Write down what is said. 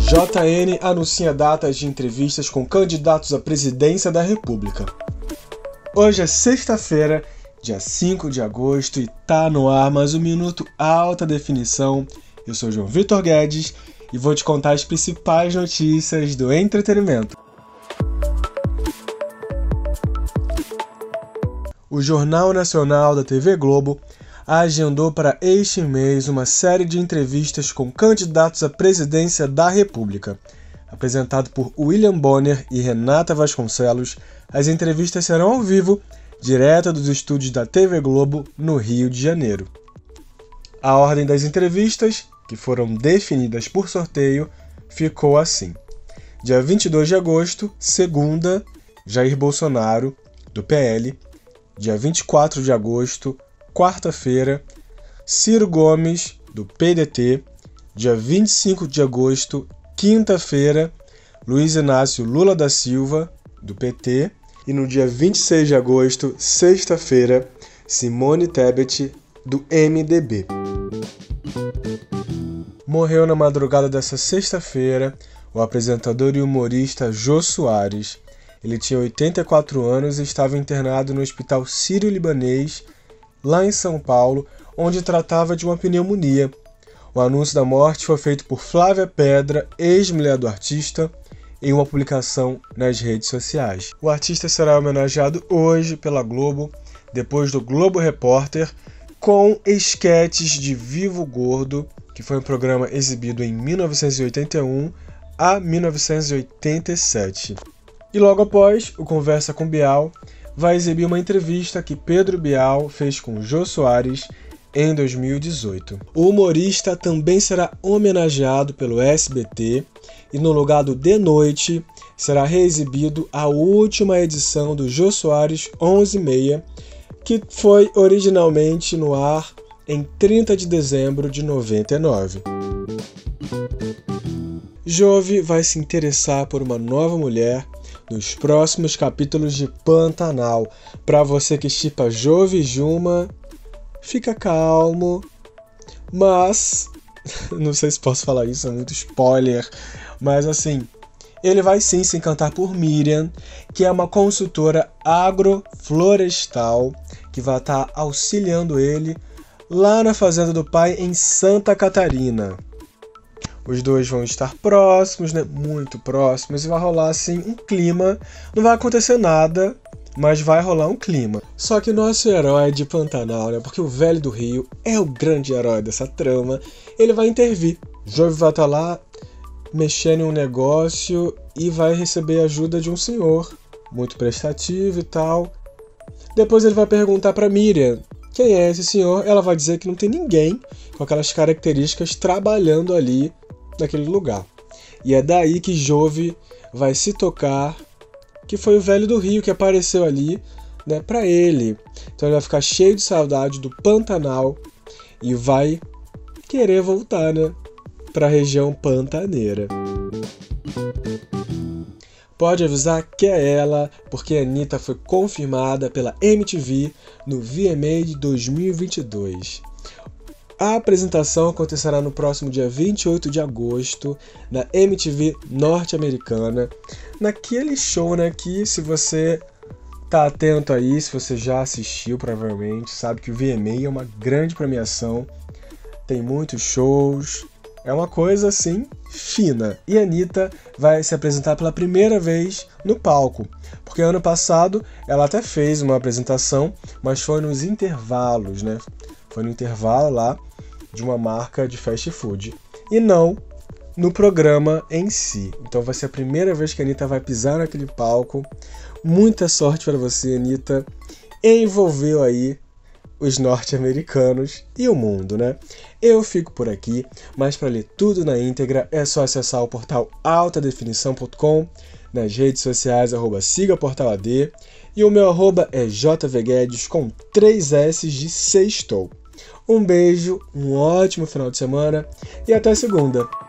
JN anuncia datas de entrevistas com candidatos à presidência da República. Hoje é sexta-feira, dia 5 de agosto, e tá no ar mais um Minuto Alta Definição. Eu sou João Vitor Guedes e vou te contar as principais notícias do entretenimento. O Jornal Nacional da TV Globo agendou para este mês uma série de entrevistas com candidatos à presidência da República. Apresentado por William Bonner e Renata Vasconcelos, as entrevistas serão ao vivo, direto dos estúdios da TV Globo, no Rio de Janeiro. A ordem das entrevistas, que foram definidas por sorteio, ficou assim. Dia 22 de agosto, segunda, Jair Bolsonaro, do PL. Dia 24 de agosto, quarta-feira, Ciro Gomes, do PDT. Dia 25 de agosto, quinta-feira, Luiz Inácio Lula da Silva, do PT. E no dia 26 de agosto, sexta-feira, Simone Tebet, do MDB. Morreu na madrugada dessa sexta-feira o apresentador e humorista Jô Soares. Ele tinha 84 anos e estava internado no Hospital Sírio-Libanês, lá em São Paulo, onde tratava de uma pneumonia. O anúncio da morte foi feito por Flávia Pedra, ex-mulher do artista, em uma publicação nas redes sociais. O artista será homenageado hoje pela Globo, depois do Globo Repórter, com esquetes de Vivo Gordo, que foi um programa exibido em 1981 a 1987. E logo após, o Conversa com Bial vai exibir uma entrevista que Pedro Bial fez com Jô Soares em 2018. O humorista também será homenageado pelo SBT e no lugar do De Noite será reexibido a última edição do Jô Soares 11:30, que foi originalmente no ar em 30 de dezembro de 99. Jove vai se interessar por uma nova mulher nos próximos capítulos de Pantanal. Para você que shippa Jove e Juma, fica calmo, mas não sei se posso falar isso, é muito spoiler, mas assim, ele vai sim se encantar por Miriam, que é uma consultora agroflorestal que vai estar auxiliando ele lá na fazenda do pai em Santa Catarina. Os dois vão estar próximos, né? Muito próximos, e vai rolar assim um clima. Não vai acontecer nada, mas vai rolar um clima. Só que nosso herói de Pantanal, né? Porque o velho do Rio é o grande herói dessa trama, ele vai intervir. Jove vai estar lá mexendo em um negócio e vai receber a ajuda de um senhor muito prestativo e tal. Depois ele vai perguntar para Miriam quem é esse senhor. Ela vai dizer que não tem ninguém com aquelas características trabalhando ali naquele lugar. E é daí que Jove vai se tocar que foi o velho do Rio que apareceu ali, né, para ele. Então ele vai ficar cheio de saudade do Pantanal e vai querer voltar, né, para a região pantaneira. Pode avisar que é ela, porque a Anitta foi confirmada pela MTV no VMA de 2022. A apresentação acontecerá no próximo dia 28 de agosto, na MTV norte-americana, naquele show, né, que se você tá atento aí, se você já assistiu provavelmente, sabe que o VMA é uma grande premiação, tem muitos shows, é uma coisa assim fina. E a Anitta vai se apresentar pela primeira vez no palco, porque ano passado ela até fez uma apresentação, mas foi nos intervalos, né? Foi no intervalo lá de uma marca de fast food e não no programa em si. Então vai ser a primeira vez que a Anitta vai pisar naquele palco. Muita sorte para você, Anitta. Envolveu aí os norte-americanos e o mundo, né? Eu fico por aqui, mas para ler tudo na íntegra é só acessar o portal altadefinição.com, nas redes sociais @sigaportalad, e o meu @ é jvguedes com 3 S de sextou. Um beijo, um ótimo final de semana e até segunda!